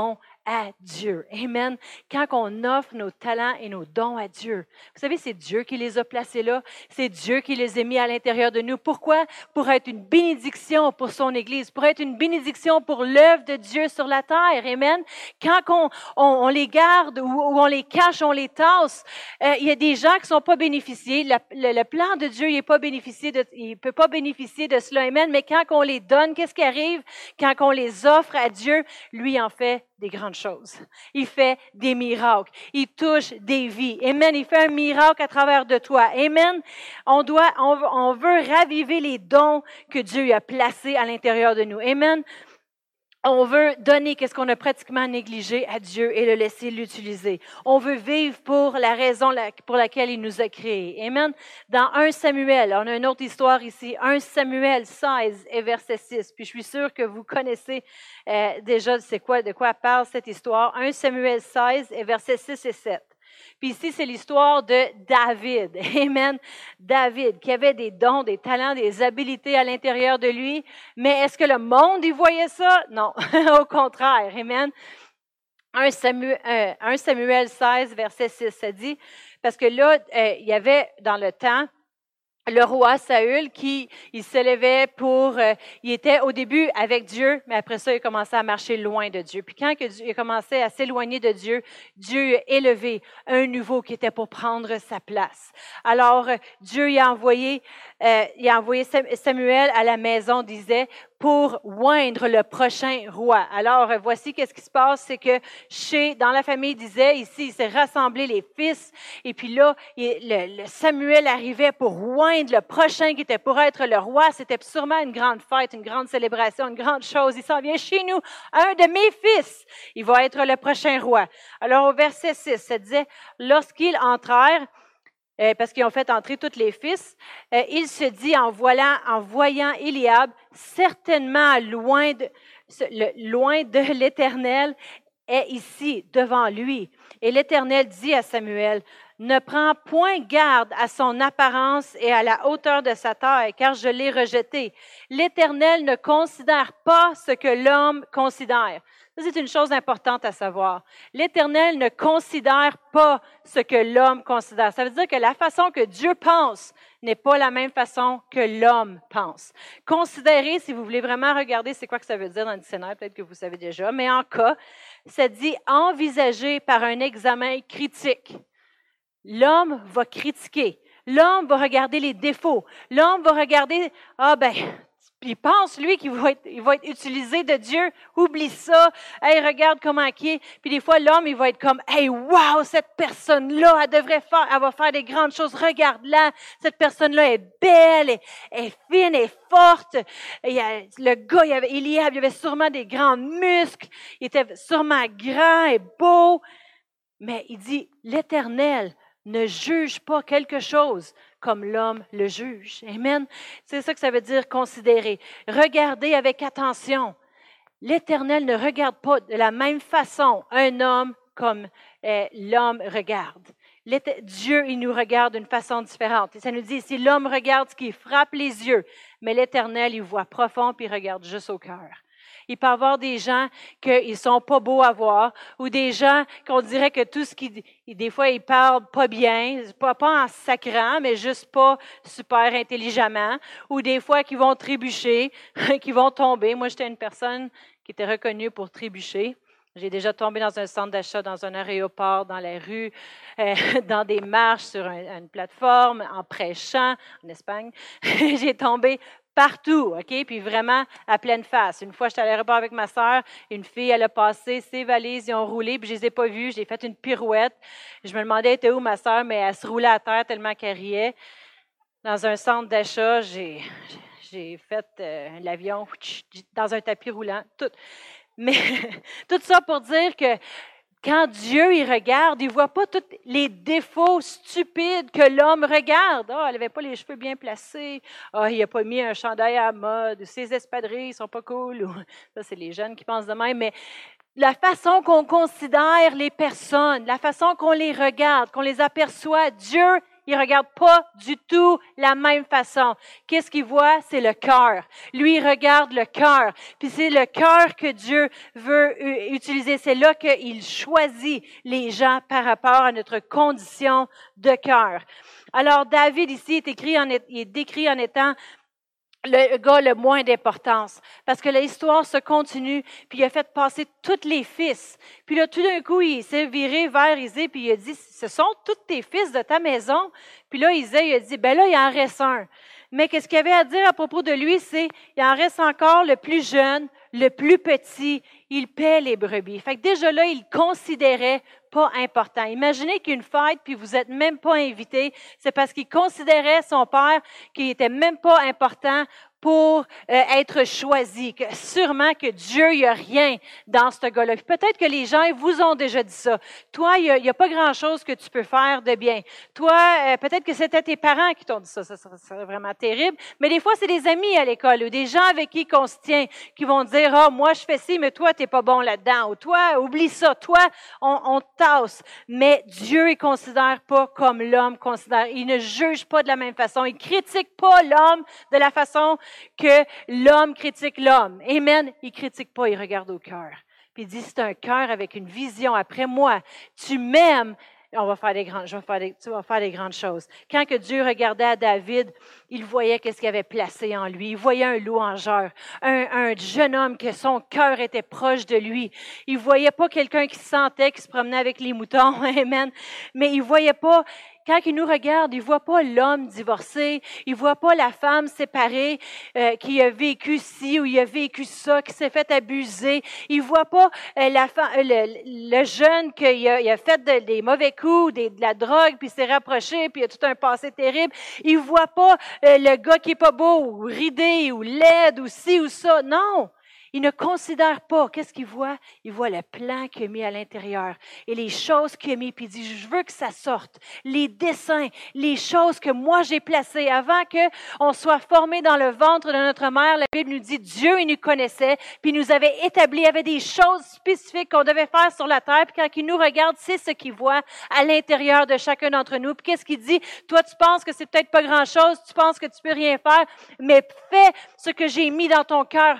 à Dieu. Amen. Quand on offre nos talents et nos dons à Dieu, vous savez, c'est Dieu qui les a placés là. C'est Dieu qui les a mis à l'intérieur de nous. Pourquoi? Pour être une bénédiction pour son Église, pour être une bénédiction pour l'œuvre de Dieu sur la terre. Amen. Quand on les garde ou on les cache, on les tasse, il y a des gens qui sont pas bénéficiés. Le plan de Dieu, il peut pas bénéficier de cela. Amen. Mais quand on les donne, qu'est-ce qui arrive? Quand on les offre à Dieu, lui en fait des grandes choses. Il fait des miracles. Il touche des vies. Amen. Il fait un miracle à travers de toi. Amen. On veut raviver les dons que Dieu a placés à l'intérieur de nous. Amen. On veut donner qu'est-ce qu'on a pratiquement négligé à Dieu et le laisser l'utiliser. On veut vivre pour la raison pour laquelle il nous a créés. Amen. Dans 1 Samuel, on a une autre histoire ici, 1 Samuel 16 et verset 6. Puis je suis sûre que vous connaissez déjà de quoi parle cette histoire. 1 Samuel 16 et verset 6 et 7. Puis ici, c'est l'histoire de David. Amen. David, qui avait des dons, des talents, des habiletés à l'intérieur de lui. Mais est-ce que le monde y voyait ça? Non, au contraire. Amen. 1 Samuel 16, verset 6, ça dit, parce que là, il y avait dans le temps, le roi Saül il s'élevait il était au début avec Dieu, mais après ça, il a commencé à marcher loin de Dieu. Puis quand il a commencé à s'éloigner de Dieu, Dieu a élevé un nouveau qui était pour prendre sa place. Alors, Dieu il a envoyé Samuel à la maison, disait, pour oindre le prochain roi. Alors, voici qu'est-ce qui se passe, c'est que dans la famille, disait, ici, il s'est rassemblé les fils, et puis là, le Samuel arrivait pour oindre le prochain qui était pour être le roi. C'était sûrement une grande fête, une grande célébration, une grande chose. Il s'en vient chez nous, un de mes fils, il va être le prochain roi. Alors, au verset 6, ça disait, lorsqu'ils entrèrent, parce qu'ils ont fait entrer tous les fils, il se dit en voyant Éliab, certainement loin de l'Éternel, est ici devant lui. Et l'Éternel dit à Samuel, ne prends point garde à son apparence et à la hauteur de sa taille, car je l'ai rejeté. L'Éternel ne considère pas ce que l'homme considère. Ça, c'est une chose importante à savoir. L'Éternel ne considère pas ce que l'homme considère. Ça veut dire que la façon que Dieu pense n'est pas la même façon que l'homme pense. Considérer, si vous voulez vraiment regarder c'est quoi que ça veut dire dans le dictionnaire, peut-être que vous savez déjà, mais en cas, ça dit envisager par un examen critique. L'homme va critiquer. L'homme va regarder les défauts. L'homme va regarder, il pense, lui, qu'il va être utilisé de Dieu. Oublie ça. Hey, regarde comment il est. Puis des fois, l'homme, il va être comme, hey, wow, cette personne-là, elle va faire des grandes choses. Regarde-la. Cette personne-là est belle, elle est fine, elle est forte. Le gars, il avait sûrement des grands muscles. Il était sûrement grand et beau. Mais il dit, l'Éternel ne juge pas quelque chose comme l'homme le juge. Amen. C'est ça que ça veut dire considérer. Regardez avec attention. L'Éternel ne regarde pas de la même façon un homme comme l'homme regarde. Dieu, il nous regarde d'une façon différente. Et ça nous dit, si l'homme regarde ce qui frappe les yeux, mais l'Éternel, il voit profond puis il regarde juste au cœur. Il peut y avoir des gens qui ne sont pas beaux à voir ou des gens qu'on dirait que tout ce des fois, ils parlent pas bien, pas en sacrant, mais juste pas super intelligemment ou des fois qui vont trébucher, qui vont tomber. Moi, j'étais une personne qui était reconnue pour trébucher. J'ai déjà tombé dans un centre d'achat, dans un aéroport, dans la rue, dans des marches, sur une plateforme, en prêchant, en Espagne. J'ai tombé partout, OK? Puis vraiment à pleine face. Une fois, j'étais à l'aéroport avec ma sœur, une fille, elle a passé, ses valises, ils ont roulé, puis je les ai pas vues. J'ai fait une pirouette. Je me demandais, elle était où ma sœur, mais elle se roulait à terre tellement qu'elle riait. Dans un centre d'achat, j'ai fait l'avion dans un tapis roulant, tout. Mais tout ça pour dire que quand Dieu il regarde, il ne voit pas tous les défauts stupides que l'homme regarde. Ah, elle n'avait pas les cheveux bien placés. Ah, il n'a pas mis un chandail à la mode. Ses espadrilles ne sont pas cool. Ça, c'est les jeunes qui pensent de même. Mais la façon qu'on considère les personnes, la façon qu'on les regarde, qu'on les aperçoit, Dieu, il ne regarde pas du tout la même façon. Qu'est-ce qu'il voit? C'est le cœur. Lui, il regarde le cœur. Puis c'est le cœur que Dieu veut utiliser. C'est là qu'il choisit les gens par rapport à notre condition de cœur. Alors, David, ici, il est décrit en étant le gars le moins d'importance, parce que l'histoire se continue, puis il a fait passer tous les fils. Puis là, tout d'un coup, il s'est viré vers Isée, puis il a dit, ce sont tous tes fils de ta maison. Puis là, Isée, il a dit, ben là, il en reste un. Mais qu'est-ce qu'il avait à dire à propos de lui, c'est, il en reste encore le plus jeune, le plus petit, il paie les brebis. Fait que déjà là, il considérait pas important. Imaginez qu'une fête, puis vous êtes même pas invité, c'est parce qu'il considérait son père qu'il était même pas important pour être choisi. Que sûrement que Dieu, il n'y a rien dans ce gars-là. Puis peut-être que les gens vous ont déjà dit ça. Toi, il n'y a pas grand-chose que tu peux faire de bien. Toi, peut-être que c'était tes parents qui t'ont dit ça. Ça serait vraiment terrible. Mais des fois, c'est des amis à l'école ou des gens avec qui on se tient qui vont dire, « Ah, moi, je fais ci, mais toi, tu n'es pas bon là-dedans. » Ou toi, oublie ça. Toi, on te tasse. Mais Dieu, il ne considère pas comme l'homme considère. Il ne juge pas de la même façon. Il ne critique pas l'homme de la façon que l'homme critique l'homme. Amen. Il critique pas, il regarde au cœur. Puis il dit, c'est un cœur avec une vision. Après moi, tu m'aimes. Tu vas faire des grandes choses. Quand que Dieu regardait à David, il voyait qu'est-ce qu'il avait placé en lui. Il voyait un louangeur, un jeune homme que son cœur était proche de lui. Il voyait pas quelqu'un qui sentait, qui se promenait avec les moutons. Amen. Mais il voyait pas. Quand il nous regarde, il voit pas l'homme divorcé, il voit pas la femme séparée qui a vécu ci ou il a vécu ça, qui s'est fait abuser. Il voit pas le jeune qui a fait des mauvais coups, de la drogue, puis s'est rapproché, puis il a tout un passé terrible. Il voit pas le gars qui est pas beau, ou ridé, ou laid, ou ci ou ça. Non! Il ne considère pas. Qu'est-ce qu'il voit? Il voit le plan qu'il a mis à l'intérieur et les choses qu'il a mis. Puis il dit, je veux que ça sorte. Les dessins, les choses que moi j'ai placées avant qu'on soit formé dans le ventre de notre mère. La Bible nous dit, Dieu, il nous connaissait, puis il nous avait établi, il y avait des choses spécifiques qu'on devait faire sur la terre. Puis quand il nous regarde, c'est ce qu'il voit à l'intérieur de chacun d'entre nous. Puis qu'est-ce qu'il dit? Toi, tu penses que c'est peut-être pas grand-chose, tu penses que tu peux rien faire, mais fais ce que j'ai mis dans ton cœur.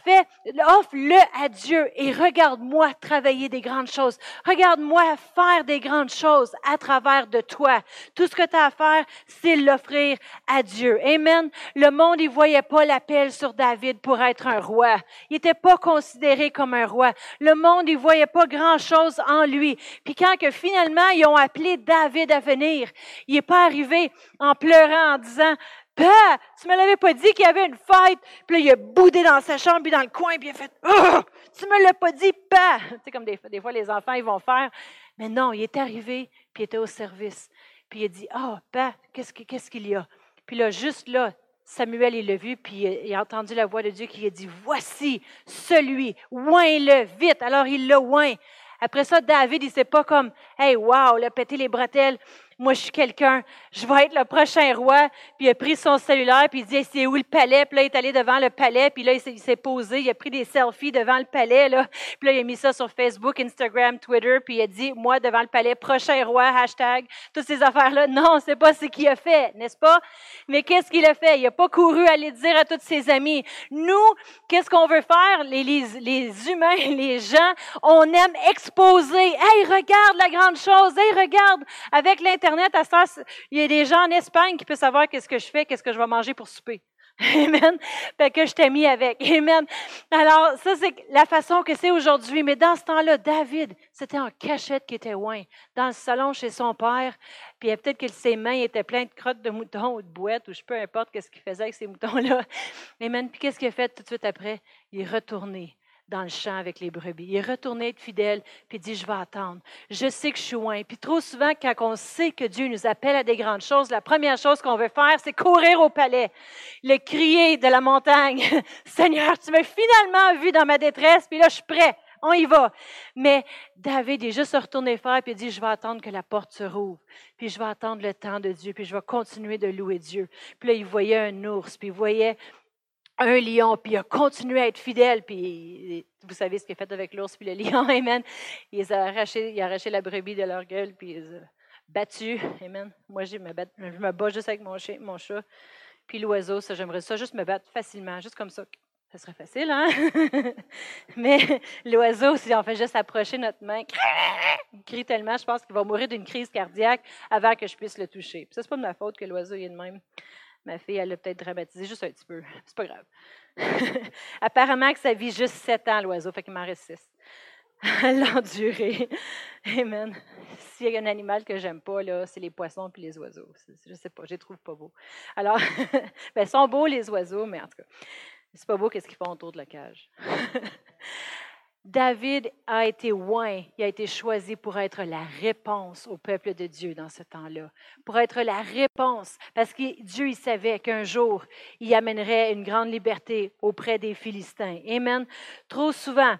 Offre-le à Dieu et regarde-moi travailler des grandes choses. Regarde-moi faire des grandes choses à travers de toi. Tout ce que tu as à faire, c'est l'offrir à Dieu. Amen. Le monde, il voyait pas l'appel sur David pour être un roi. Il n'était pas considéré comme un roi. Le monde, il voyait pas grand-chose en lui. Puis quand que finalement, ils ont appelé David à venir, il n'est pas arrivé en pleurant, en disant, bah, tu me l'avais pas dit qu'il y avait une fête. Puis là, il a boudé dans sa chambre, puis dans le coin, puis il a fait « Oh, tu me l'as pas dit, bah! » Tu sais, comme des fois, les enfants, ils vont faire. Mais non, il est arrivé, puis il était au service. Puis il a dit « Ah, bah, qu'est-ce qu'il y a? » Puis là, juste là, Samuel, il l'a vu, puis il a entendu la voix de Dieu qui a dit « Voici celui, oins-le vite. » Alors, il l'a oint. Après ça, David, il ne s'est pas comme « Hey, wow, il a pété les bretelles. » Moi, je suis quelqu'un, je vais être le prochain roi. Puis il a pris son cellulaire, puis il dit, hey, c'est où le palais? Puis là, il est allé devant le palais, puis là, il s'est posé, il a pris des selfies devant le palais, là. Puis là, il a mis ça sur Facebook, Instagram, Twitter, puis il a dit, moi, devant le palais, prochain roi, hashtag, toutes ces affaires-là. Non, c'est pas ce qu'il a fait, n'est-ce pas? Mais qu'est-ce qu'il a fait? Il n'a pas couru aller dire à tous ses amis. Nous, qu'est-ce qu'on veut faire? Les humains, les gens, on aime exposer. Hey, regarde la grande chose. Hey, regarde, avec l'Internet, à ça, il y a des gens en Espagne qui peuvent savoir qu'est-ce que je fais, qu'est-ce que je vais manger pour souper. Amen. Fait que je t'ai mis avec. Amen. Alors, ça, c'est la façon que c'est aujourd'hui. Mais dans ce temps-là, David, c'était en cachette qui était loin, dans le salon chez son père. Puis peut-être que ses mains étaient pleines de crottes de moutons ou de bouettes, ou peu importe qu'est-ce qu'il faisait avec ces moutons-là. Amen. Puis qu'est-ce qu'il a fait tout de suite après? Il est retourné dans le champ avec les brebis. Il est retourné être fidèle, puis il dit, je vais attendre. Je sais que je suis loin. Puis trop souvent, quand on sait que Dieu nous appelle à des grandes choses, la première chose qu'on veut faire, c'est courir au palais, le crier de la montagne. Seigneur, tu m'as finalement vu dans ma détresse, puis là, je suis prêt. On y va. Mais David est juste retourné faire, puis il dit, je vais attendre que la porte se rouvre, puis je vais attendre le temps de Dieu, puis je vais continuer de louer Dieu. Puis là, il voyait un ours, puis il voyait un lion, puis il a continué à être fidèle, puis vous savez ce qu'il a fait avec l'ours puis le lion, amen. Il a arraché la brebis de leur gueule, puis battu. Amen. Moi, je me bats juste avec mon chien, mon chat. Puis l'oiseau, ça, j'aimerais ça juste me battre facilement, juste comme ça. Ça serait facile, hein? Mais l'oiseau, si on fait juste approcher notre main, il crie tellement, je pense qu'il va mourir d'une crise cardiaque avant que je puisse le toucher. Puis ça, c'est pas de ma faute que l'oiseau y est de même. Ma fille, elle l'a peut-être dramatisé juste un petit peu. C'est pas grave. Apparemment que ça vit juste 7 ans, l'oiseau, fait qu'il m'en reste 6. L'endurer. Amen. S'il y a un animal que j'aime pas, là, c'est les poissons et les oiseaux. Je sais pas, je les trouve pas beaux. Alors, ben, ils sont beaux les oiseaux, mais en tout cas, c'est pas beau qu'est-ce qu'ils font autour de la cage. David a été oint, il a été choisi pour être la réponse au peuple de Dieu dans ce temps-là, pour être la réponse, parce que Dieu, il savait qu'un jour, il amènerait une grande liberté auprès des Philistins. Amen. Trop souvent,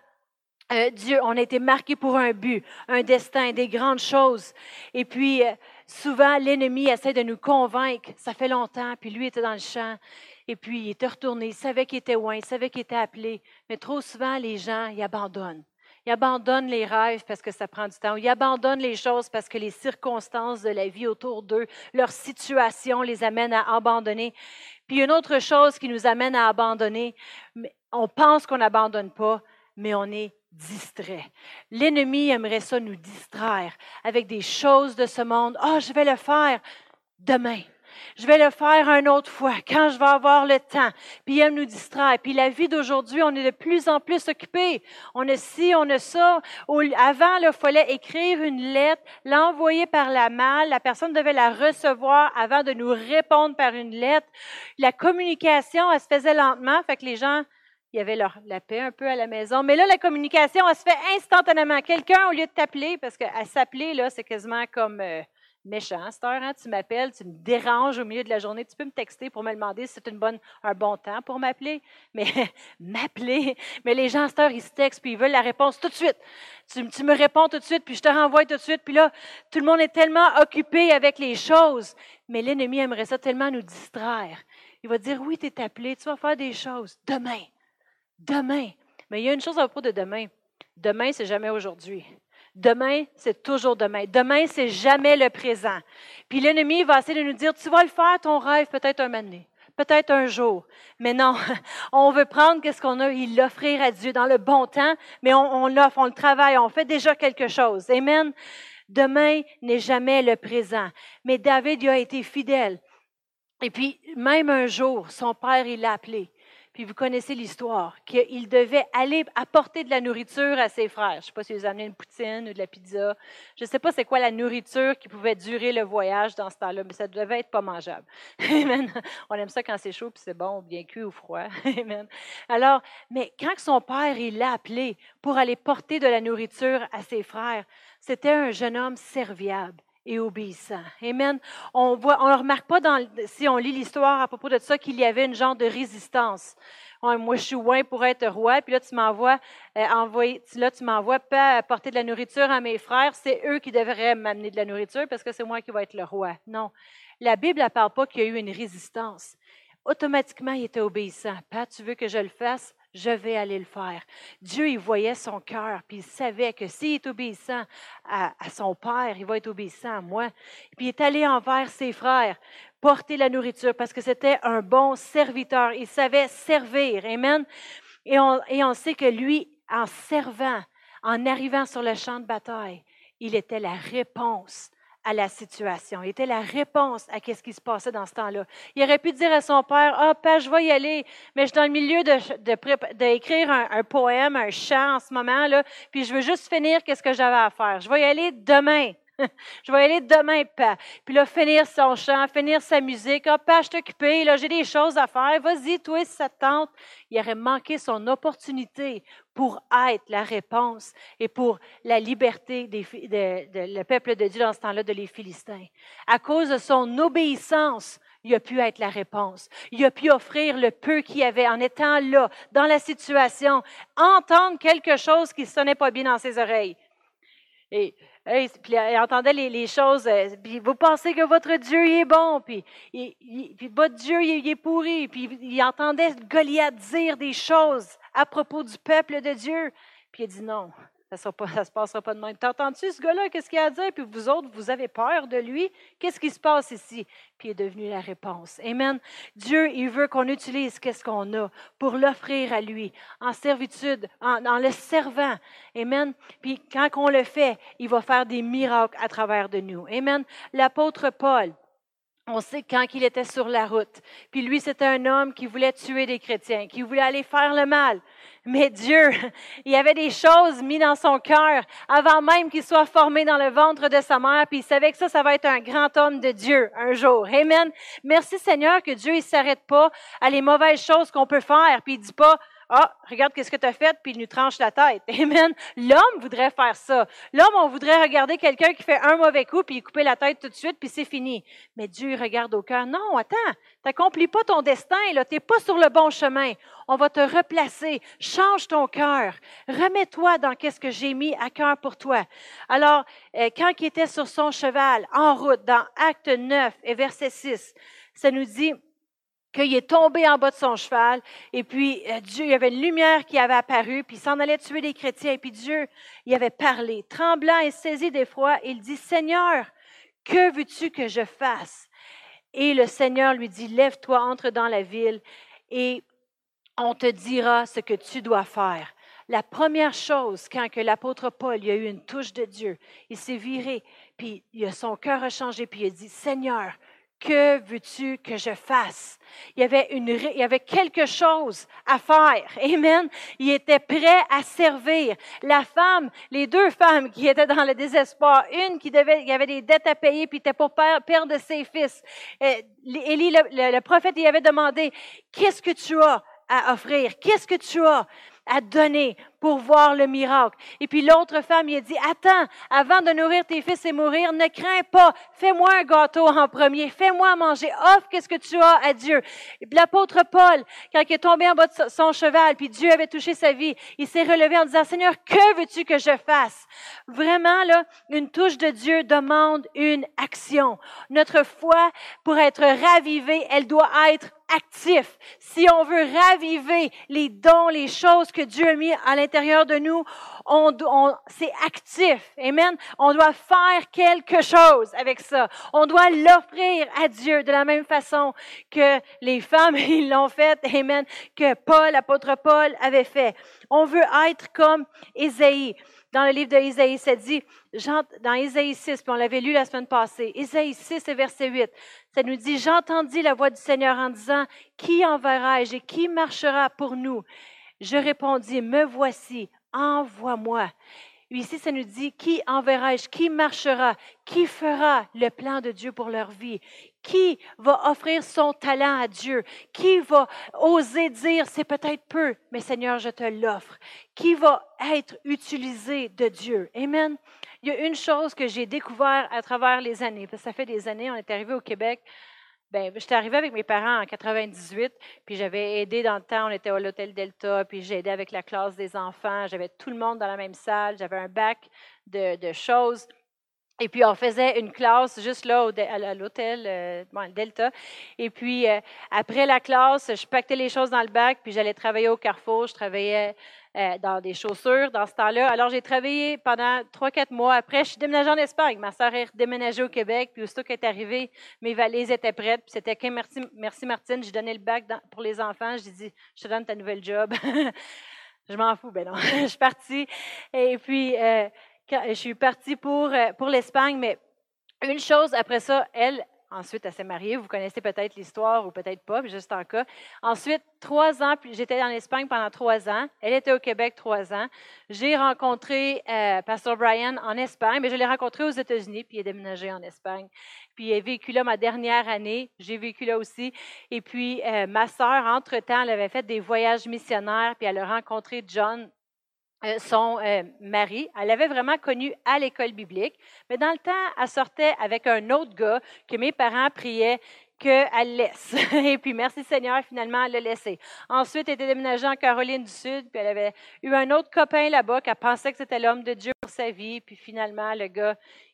Dieu, on a été marqué pour un but, un destin, des grandes choses. Et puis, souvent, l'ennemi essaie de nous convaincre. Ça fait longtemps, puis lui était dans le champ. Et puis, il était retourné, il savait qu'il était loin, il savait qu'il était appelé. Mais trop souvent, les gens, ils abandonnent. Ils abandonnent les rêves parce que ça prend du temps. Ils abandonnent les choses parce que les circonstances de la vie autour d'eux, leur situation les amène à abandonner. Puis, une autre chose qui nous amène à abandonner, on pense qu'on n'abandonne pas, mais on est distrait. L'ennemi aimerait ça nous distraire avec des choses de ce monde. Ah, je vais le faire demain. Je vais le faire une autre fois, quand je vais avoir le temps. Puis il aime nous distraire. Puis la vie d'aujourd'hui, on est de plus en plus occupés. On a ci, on a ça. Avant, il fallait écrire une lettre, l'envoyer par la malle. La personne devait la recevoir avant de nous répondre par une lettre. La communication, elle se faisait lentement, fait que les gens... Il y avait la paix un peu à la maison. Mais là, la communication, elle se fait instantanément. Quelqu'un, au lieu de t'appeler, parce qu'à s'appeler, là, c'est quasiment comme méchant à cette heure. Hein? Tu m'appelles, tu me déranges au milieu de la journée. Tu peux me texter pour me demander si c'est un bon temps pour m'appeler. Mais m'appeler. Mais les gens à cette heure, ils se textent puis ils veulent la réponse tout de suite. Tu me réponds tout de suite, puis je te renvoie tout de suite. Puis là, tout le monde est tellement occupé avec les choses. Mais l'ennemi aimerait ça tellement nous distraire. Il va dire, oui, tu es appelé, tu vas faire des choses demain. Demain. Mais il y a une chose à propos de demain. Demain, c'est jamais aujourd'hui. Demain, c'est toujours demain. Demain, c'est jamais le présent. Puis l'ennemi va essayer de nous dire, tu vas le faire, ton rêve, peut-être un moment donné, peut-être un jour. Mais non, on veut prendre ce qu'on a et l'offrir à Dieu dans le bon temps, mais on l'offre, on le travaille, on fait déjà quelque chose. Amen. Demain n'est jamais le présent. Mais David, il a été fidèle. Et puis, même un jour, son père, il l'a appelé. Puis vous connaissez l'histoire, qu'il devait aller apporter de la nourriture à ses frères. Je ne sais pas s'il les a amené une poutine ou de la pizza. Je ne sais pas c'est quoi la nourriture qui pouvait durer le voyage dans ce temps-là, mais ça devait être pas mangeable. Amen. On aime ça quand c'est chaud puis c'est bon, bien cuit ou froid. Amen. Alors, mais quand son père, il l'a appelé pour aller porter de la nourriture à ses frères, c'était un jeune homme serviable et obéissant. Amen. On ne remarque pas, si on lit l'histoire à propos de ça, qu'il y avait une genre de résistance. Moi, je suis loin pour être roi, puis là, tu m'envoies pas apporter de la nourriture à mes frères, c'est eux qui devraient m'amener de la nourriture parce que c'est moi qui vais être le roi. Non. La Bible ne parle pas qu'il y a eu une résistance. Automatiquement, il était obéissant. Pat, tu veux que je le fasse? Je vais aller le faire. Dieu, il voyait son cœur, puis il savait que s'il est obéissant à son père, il va être obéissant à moi. Puis il est allé envers ses frères, porter la nourriture, parce que c'était un bon serviteur. Il savait servir. Amen. Et on sait que lui, en servant, en arrivant sur le champ de bataille, il était la réponse à la situation. Il était la réponse à ce qui se passait dans ce temps-là. Il aurait pu dire à son père, « Ah, père, je vais y aller, mais je suis dans le milieu d'écrire un poème, un chant en ce moment, là, puis je veux juste finir ce que j'avais à faire. Je vais y aller demain. » Je vais y aller demain, Père. Puis là, finir son chant, finir sa musique. Ah, Père, je suis occupé, là, j'ai des choses à faire. Vas-y, toi, si ça te tente. Il aurait manqué son opportunité pour être la réponse et pour la liberté le peuple de Dieu dans ce temps-là, de les Philistins. À cause de son obéissance, il a pu être la réponse. Il a pu offrir le peu qu'il avait en étant là, dans la situation, entendre quelque chose qui ne sonnait pas bien dans ses oreilles. Et puis il entendait les choses, puis vous pensez que votre Dieu il est bon, puis votre Dieu il est pourri, puis il entendait Goliath dire des choses à propos du peuple de Dieu, puis il a dit non, Ça ne se passera pas de même. T'entends-tu ce gars-là, qu'est-ce qu'il a à dire? Puis vous autres, vous avez peur de lui? Qu'est-ce qui se passe ici? Puis il est devenu la réponse. Amen. Dieu, il veut qu'on utilise qu'est-ce qu'on a pour l'offrir à lui, en servitude, en le servant. Amen. Puis quand on le fait, il va faire des miracles à travers de nous. Amen. L'apôtre Paul, on sait quand il était sur la route. Puis lui, c'était un homme qui voulait tuer des chrétiens, qui voulait aller faire le mal. Mais Dieu, il y avait des choses mises dans son cœur avant même qu'il soit formé dans le ventre de sa mère. Puis il savait que ça va être un grand homme de Dieu un jour. Amen. Merci Seigneur que Dieu, il s'arrête pas à les mauvaises choses qu'on peut faire. Puis il dit pas, ah, regarde qu'est-ce que tu as fait, puis il nous tranche la tête. Amen. L'homme voudrait faire ça. L'homme, on voudrait regarder quelqu'un qui fait un mauvais coup, puis il couper la tête tout de suite, puis c'est fini. Mais Dieu regarde au cœur. Non, attends, t'accomplis pas ton destin, là. T'es pas sur le bon chemin. On va te replacer. Change ton cœur. Remets-toi dans qu'est-ce que j'ai mis à cœur pour toi. Alors, quand il était sur son cheval, en route, dans Acte 9 et verset 6, ça nous dit qu'il est tombé en bas de son cheval, et puis Dieu, il y avait une lumière qui avait apparu, puis il s'en allait tuer les chrétiens, et puis Dieu, il avait parlé. Tremblant et saisi d'effroi, il dit, « Seigneur, que veux-tu que je fasse? » Et le Seigneur lui dit, « Lève-toi, entre dans la ville, et on te dira ce que tu dois faire. » La première chose, quand que l'apôtre Paul il a eu une touche de Dieu, il s'est viré, puis son cœur a changé, puis il a dit, « Seigneur, que veux-tu que je fasse? » Il y avait quelque chose à faire. Amen. Il était prêt à servir. La femme, les deux femmes qui étaient dans le désespoir, une qui avait des dettes à payer puis était pour perdre ses fils. Élie, le prophète, il avait demandé, qu'est-ce que tu as à offrir? Qu'est-ce que tu as à donner pour voir le miracle? Et puis l'autre femme, il a dit, attends, avant de nourrir tes fils et mourir, ne crains pas, fais-moi un gâteau en premier, fais-moi manger, offre qu'est-ce que tu as à Dieu. L'apôtre Paul, quand il est tombé en bas de son cheval, puis Dieu avait touché sa vie, il s'est relevé en disant, Seigneur, que veux-tu que je fasse? Vraiment, là, une touche de Dieu demande une action. Notre foi, pour être ravivée, elle doit être actif. Si on veut raviver les dons, les choses que Dieu a mis à l'intérieur de nous, c'est actif. Amen. On doit faire quelque chose avec ça. On doit l'offrir à Dieu de la même façon que les femmes, ils l'ont fait. Amen. Que Paul, l'apôtre Paul avait fait. On veut être comme Ésaïe. Dans le livre d'Ésaïe, ça dit, dans Ésaïe 6, puis on l'avait lu la semaine passée, Ésaïe 6 et verset 8, ça nous dit, « J'entendis la voix du Seigneur en disant, qui enverrai-je et qui marchera pour nous? Je répondis, me voici, envoie-moi. » Ici, ça nous dit, qui enverrai-je, qui marchera, qui fera le plan de Dieu pour leur vie, qui va offrir son talent à Dieu, qui va oser dire, c'est peut-être peu, mais Seigneur, je te l'offre, qui va être utilisé de Dieu. Amen. Il y a une chose que j'ai découvert à travers les années, parce que ça fait des années, on est arrivé au Québec. J'étais arrivée avec mes parents en 98, puis j'avais aidé dans le temps, on était à l'Hôtel Delta, puis j'ai aidé avec la classe des enfants, j'avais tout le monde dans la même salle, j'avais un bac de choses. Et puis, on faisait une classe juste là à l'hôtel Delta. Et puis, après la classe, je pactais les choses dans le bac, puis j'allais travailler au Carrefour. Je travaillais dans des chaussures dans ce temps-là. Alors, j'ai travaillé pendant 3-4 mois. Après, je suis déménagée en Espagne. Ma sœur est redéménagée au Québec. Puis, aussitôt qu'elle est arrivée, mes valises étaient prêtes. Puis, c'était « Merci Martine. » J'ai donné le bac pour les enfants. J'ai dit « Je te donne ta nouvelle job. » Je m'en fous. Ben non, je suis partie. Et puis... je suis partie pour l'Espagne, mais une chose, après ça, ensuite, elle s'est mariée. Vous connaissez peut-être l'histoire ou peut-être pas, mais juste en cas. Ensuite, 3 ans, puis j'étais en Espagne pendant 3 ans. Elle était au Québec 3 ans. J'ai rencontré Pasteur Brian en Espagne, mais je l'ai rencontré aux États-Unis, puis il est déménagé en Espagne. Puis il a vécu là ma dernière année. J'ai vécu là aussi. Et puis, ma sœur, entre-temps, elle avait fait des voyages missionnaires, puis elle a rencontré John, son mari. Elle l'avait vraiment connu à l'école biblique, mais dans le temps, elle sortait avec un autre gars que mes parents priaient qu'elle laisse. Et puis, merci Seigneur, finalement, elle l'a laissé. Ensuite, elle était déménagée en Caroline du Sud, puis elle avait eu un autre copain là-bas qu'elle pensait que c'était l'homme de Dieu pour sa vie, puis finalement, le gars,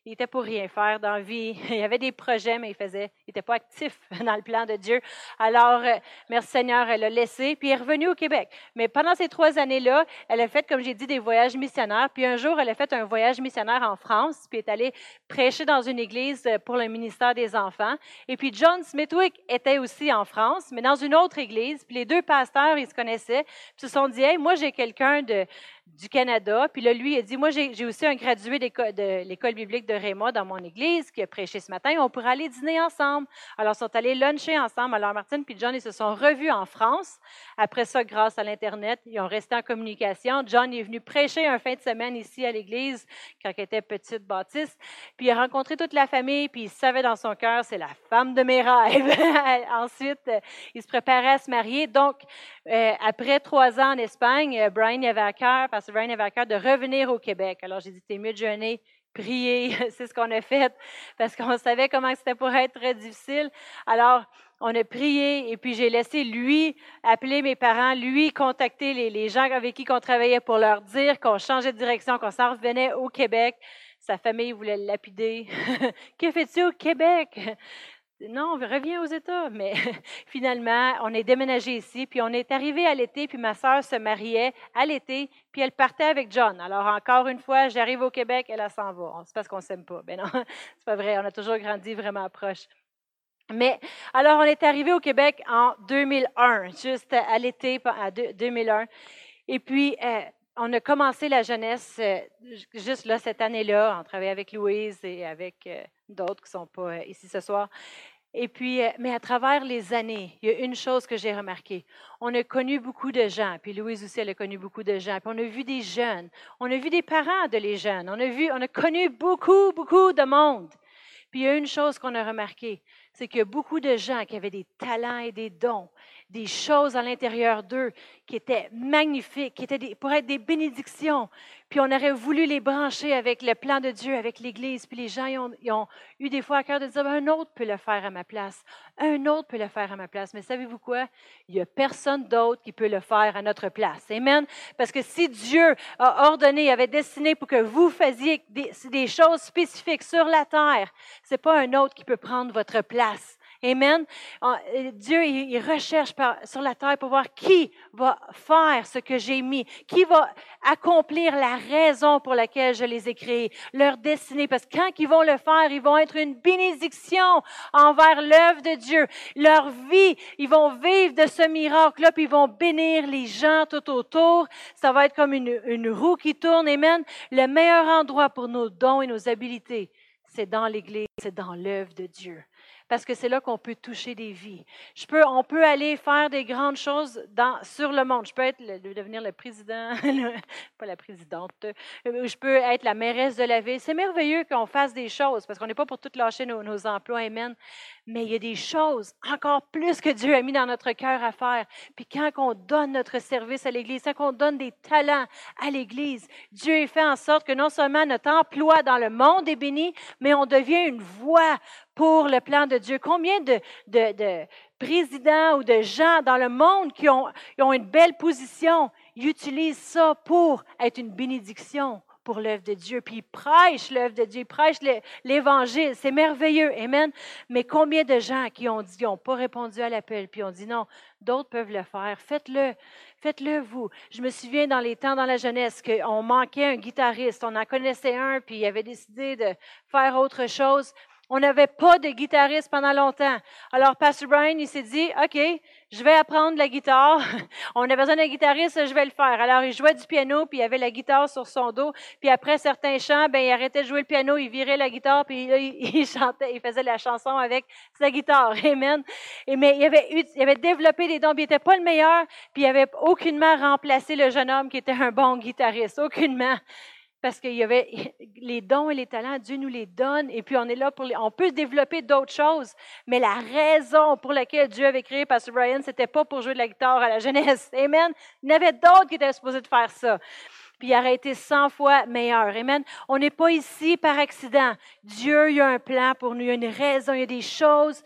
il était pour rien faire dans la vie. Il avait des projets, mais il n'était pas actif dans le plan de Dieu. Alors, merci Seigneur, elle l'a laissé, puis elle est revenue au Québec. Mais pendant ces 3 années-là, elle a fait, comme j'ai dit, des voyages missionnaires. Puis un jour, elle a fait un voyage missionnaire en France, puis est allée prêcher dans une église pour le ministère des enfants. Et puis John Smithwick était aussi en France, mais dans une autre église. Puis les 2 pasteurs, ils se connaissaient, puis se sont dit, hey, moi j'ai quelqu'un du Canada. Puis là, lui, il a dit, moi, j'ai aussi un gradué de l'école biblique de Réma dans mon église qui a prêché ce matin. On pourrait aller dîner ensemble. Alors, ils sont allés luncher ensemble. Alors, Martine puis John, ils se sont revus en France. Après ça, grâce à l'Internet, ils ont resté en communication. John est venu prêcher un fin de semaine ici à l'église quand il était petite bâtisse. Puis, il a rencontré toute la famille, puis il savait dans son cœur, c'est la femme de mes rêves. Ensuite, il se préparait à se marier. Donc, après 3 ans en Espagne, Brian avait à cœur, parce que Brian avait à cœur de revenir au Québec. Alors, j'ai dit, t'es mieux de jeûner, prier. C'est ce qu'on a fait, parce qu'on savait comment c'était pour être très difficile. Alors, on a prié, et puis j'ai laissé lui appeler mes parents, lui contacter les gens avec qui on travaillait pour leur dire qu'on changeait de direction, qu'on s'en revenait au Québec. Sa famille voulait le lapider. Que fais-tu au Québec? Non, on revient aux États. Mais finalement, on est déménagé ici, puis on est arrivé à l'été, puis ma sœur se mariait à l'été, puis elle partait avec John. Alors, encore une fois, j'arrive au Québec, elle s'en va. C'est parce qu'on ne s'aime pas. Ben non, c'est pas vrai. On a toujours grandi vraiment proches. Mais, alors, on est arrivé au Québec en 2001, juste à l'été, à 2001. Et puis, on a commencé la jeunesse juste là, cette année-là. On travaillait avec Louise et avec d'autres qui ne sont pas ici ce soir. Et puis, mais à travers les années, il y a une chose que j'ai remarquée. On a connu beaucoup de gens, puis Louise aussi, elle a connu beaucoup de gens. Puis on a vu des jeunes, on a vu des parents de les jeunes, on a connu beaucoup, beaucoup de monde. Puis il y a une chose qu'on a remarquée, c'est qu'il y a beaucoup de gens qui avaient des talents et des dons, des choses à l'intérieur d'eux qui étaient magnifiques, qui étaient pour être des bénédictions. Puis on aurait voulu les brancher avec le plan de Dieu, avec l'Église. Puis les gens ils ont eu des fois à cœur de dire, un autre peut le faire à ma place. Un autre peut le faire à ma place. Mais savez-vous quoi? Il n'y a personne d'autre qui peut le faire à notre place. Amen? Parce que si Dieu a ordonné, avait destiné pour que vous fassiez des choses spécifiques sur la terre, ce n'est pas un autre qui peut prendre votre place. Amen. Dieu, il recherche sur la terre pour voir qui va faire ce que j'ai mis, qui va accomplir la raison pour laquelle je les ai créés, leur destinée. Parce que quand ils vont le faire, ils vont être une bénédiction envers l'œuvre de Dieu. Leur vie, ils vont vivre de ce miracle-là, puis ils vont bénir les gens tout autour. Ça va être comme une roue qui tourne. Amen. Le meilleur endroit pour nos dons et nos habiletés, c'est dans l'Église, c'est dans l'œuvre de Dieu. Parce que c'est là qu'on peut toucher des vies. On peut aller faire des grandes choses sur le monde. Je peux devenir le président, pas la présidente, je peux être la mairesse de la ville. C'est merveilleux qu'on fasse des choses, parce qu'on n'est pas pour tout lâcher nos emplois, amen. Mais il y a des choses encore plus que Dieu a mis dans notre cœur à faire. Puis quand on donne notre service à l'Église, quand on donne des talents à l'Église, Dieu fait en sorte que non seulement notre emploi dans le monde est béni, mais on devient une voix pour le plan de Dieu. Combien de présidents ou de gens dans le monde qui ont une belle position, ils utilisent ça pour être une bénédiction pour l'œuvre de Dieu, puis ils prêchent l'œuvre de Dieu, ils prêchent l'Évangile, c'est merveilleux, amen. Mais combien de gens qui ont dit, qui n'ont pas répondu à l'appel, puis ont dit non, d'autres peuvent le faire, faites-le vous. Je me souviens dans les temps dans la jeunesse qu'on manquait un guitariste, on en connaissait un, puis il avait décidé de faire autre chose. On n'avait pas de guitariste pendant longtemps. Alors, Pastor Brian, il s'est dit, OK, je vais apprendre la guitare. On a besoin d'un guitariste, je vais le faire. Alors, il jouait du piano, puis il avait la guitare sur son dos. Puis après certains chants, il arrêtait de jouer le piano, il virait la guitare, puis là, il chantait, il faisait la chanson avec sa guitare. Amen. Mais il avait développé des dons, puis il n'était pas le meilleur, puis il n'avait aucunement remplacé le jeune homme qui était un bon guitariste. Aucunement. Parce qu'il y avait les dons et les talents, Dieu nous les donne, et puis on est là on peut développer d'autres choses, mais la raison pour laquelle Dieu avait créé Pastor Brian, c'était pas pour jouer de la guitare à la jeunesse. Amen. Il y en avait d'autres qui étaient supposés de faire ça. Puis il aurait été 100 fois meilleur. Amen. On n'est pas ici par accident. Dieu, il y a un plan pour nous, il y a une raison, il y a des choses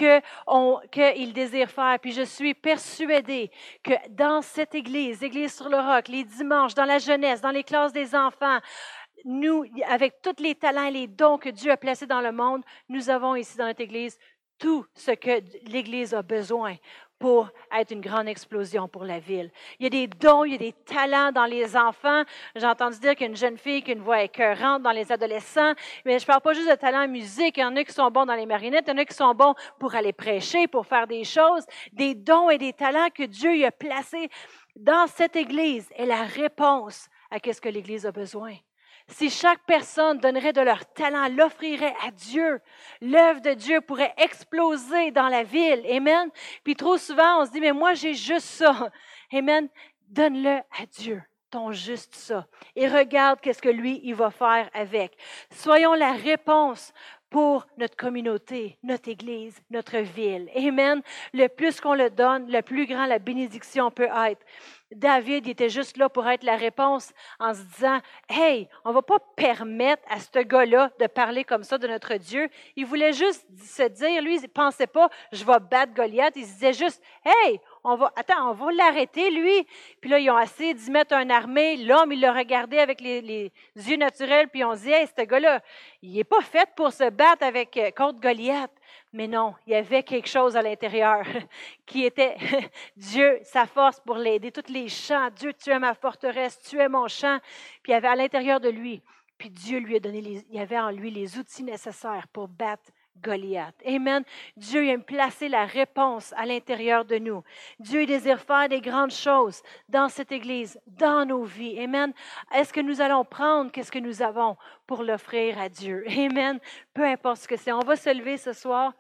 qu'il désire faire. Puis je suis persuadée que dans cette église sur le roc, les dimanches, dans la jeunesse, dans les classes des enfants, nous, avec tous les talents et les dons que Dieu a placés dans le monde, nous avons ici dans notre Église tout ce que l'Église a besoin pour être une grande explosion pour la ville. Il y a des dons, il y a des talents dans les enfants. J'ai entendu dire qu'il y a une jeune fille qui a une voix écœurante dans les adolescents. Mais je ne parle pas juste de talent en musique. Il y en a qui sont bons dans les marionnettes, il y en a qui sont bons pour aller prêcher, pour faire des choses. Des dons et des talents que Dieu y a placés dans cette Église est la réponse à ce que l'Église a besoin. Si chaque personne donnerait de leur talent, l'offrirait à Dieu, l'œuvre de Dieu pourrait exploser dans la ville. Amen. Puis trop souvent, on se dit, mais moi, j'ai juste ça. Amen. Donne-le à Dieu, ton juste ça. Et regarde qu'est-ce que lui, il va faire avec. Soyons la réponse pour notre communauté, notre Église, notre ville. Amen. Le plus qu'on le donne, le plus grand la bénédiction peut être. David, il était juste là pour être la réponse en se disant, « Hey, on ne va pas permettre à ce gars-là de parler comme ça de notre Dieu. » Il voulait juste se dire, lui, il ne pensait pas, « Je vais battre Goliath. » Il se disait juste, « Hey, on va l'arrêter, lui. » Puis là, ils ont essayé d'y mettre une armée. L'homme, il l'a regardé avec les yeux naturels, puis on se dit, « Hey, ce gars-là, il n'est pas fait pour se battre contre Goliath. » Mais non, il y avait quelque chose à l'intérieur qui était Dieu, sa force pour l'aider. Tous les chants, Dieu, tu es ma forteresse, tu es mon champ. Puis il y avait à l'intérieur de lui, puis Dieu lui a donné, il y avait en lui les outils nécessaires pour battre Goliath. Amen. Dieu a placé la réponse à l'intérieur de nous. Dieu désire faire des grandes choses dans cette Église, dans nos vies. Amen. Est-ce que nous allons prendre qu'est-ce que nous avons pour l'offrir à Dieu? Amen. Peu importe ce que c'est. On va se lever ce soir.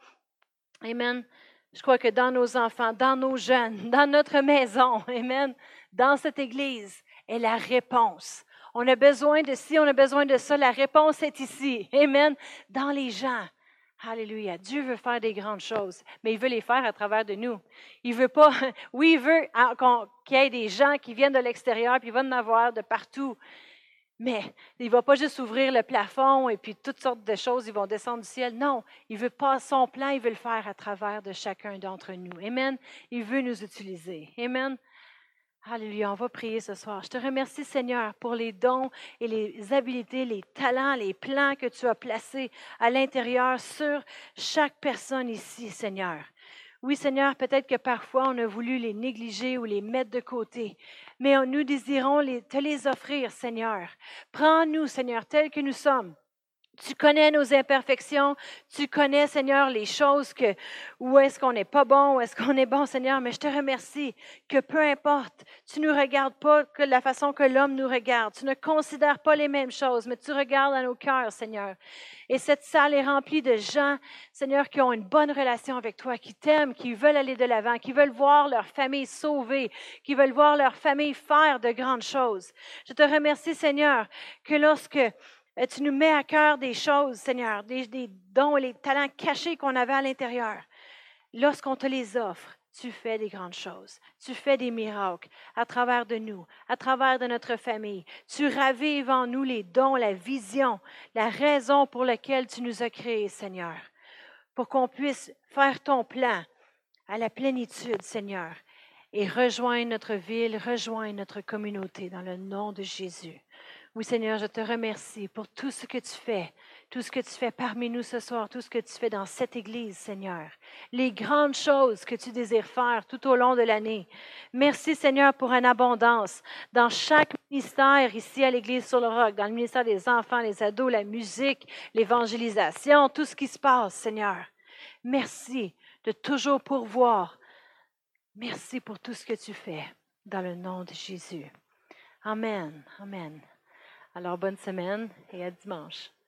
Amen. Je crois que dans nos enfants, dans nos jeunes, dans notre maison, amen, dans cette Église est la réponse. On a besoin de ci, on a besoin de ça. La réponse est ici. Amen. Dans les gens. Alléluia. Dieu veut faire des grandes choses, mais il veut les faire à travers de nous. Il veut pas, oui, il veut qu'il y ait des gens qui viennent de l'extérieur, puis il va en avoir de partout. Mais il ne va pas juste ouvrir le plafond et puis toutes sortes de choses, ils vont descendre du ciel. Non, il veut pas son plan, il veut le faire à travers de chacun d'entre nous. Amen. Il veut nous utiliser. Amen. Alléluia, on va prier ce soir. Je te remercie, Seigneur, pour les dons et les habiletés, les talents, les plans que tu as placés à l'intérieur sur chaque personne ici, Seigneur. Oui, Seigneur, peut-être que parfois on a voulu les négliger ou les mettre de côté, mais nous désirons te les offrir, Seigneur. Prends-nous, Seigneur, tels que nous sommes. Tu connais nos imperfections, tu connais, Seigneur, les choses où est-ce qu'on n'est pas bon, où est-ce qu'on est bon, Seigneur, mais je te remercie que peu importe, tu ne nous regardes pas que la façon que l'homme nous regarde, tu ne considères pas les mêmes choses, mais tu regardes à nos cœurs, Seigneur. Et cette salle est remplie de gens, Seigneur, qui ont une bonne relation avec toi, qui t'aiment, qui veulent aller de l'avant, qui veulent voir leur famille sauvée, qui veulent voir leur famille faire de grandes choses. Je te remercie, Seigneur, que lorsque tu nous mets à cœur des choses, Seigneur, des dons et les talents cachés qu'on avait à l'intérieur. Lorsqu'on te les offre, tu fais des grandes choses. Tu fais des miracles à travers de nous, à travers de notre famille. Tu ravives en nous les dons, la vision, la raison pour laquelle tu nous as créés, Seigneur, pour qu'on puisse faire ton plan à la plénitude, Seigneur, et rejoindre notre ville, rejoindre notre communauté dans le nom de Jésus. Oui, Seigneur, je te remercie pour tout ce que tu fais parmi nous ce soir, tout ce que tu fais dans cette Église, Seigneur. Les grandes choses que tu désires faire tout au long de l'année. Merci, Seigneur, pour une abondance dans chaque ministère ici à l'Église sur le Roc, dans le ministère des enfants, les ados, la musique, l'évangélisation, tout ce qui se passe, Seigneur. Merci de toujours pourvoir. Merci pour tout ce que tu fais dans le nom de Jésus. Amen. Amen. Alors, bonne semaine et à dimanche.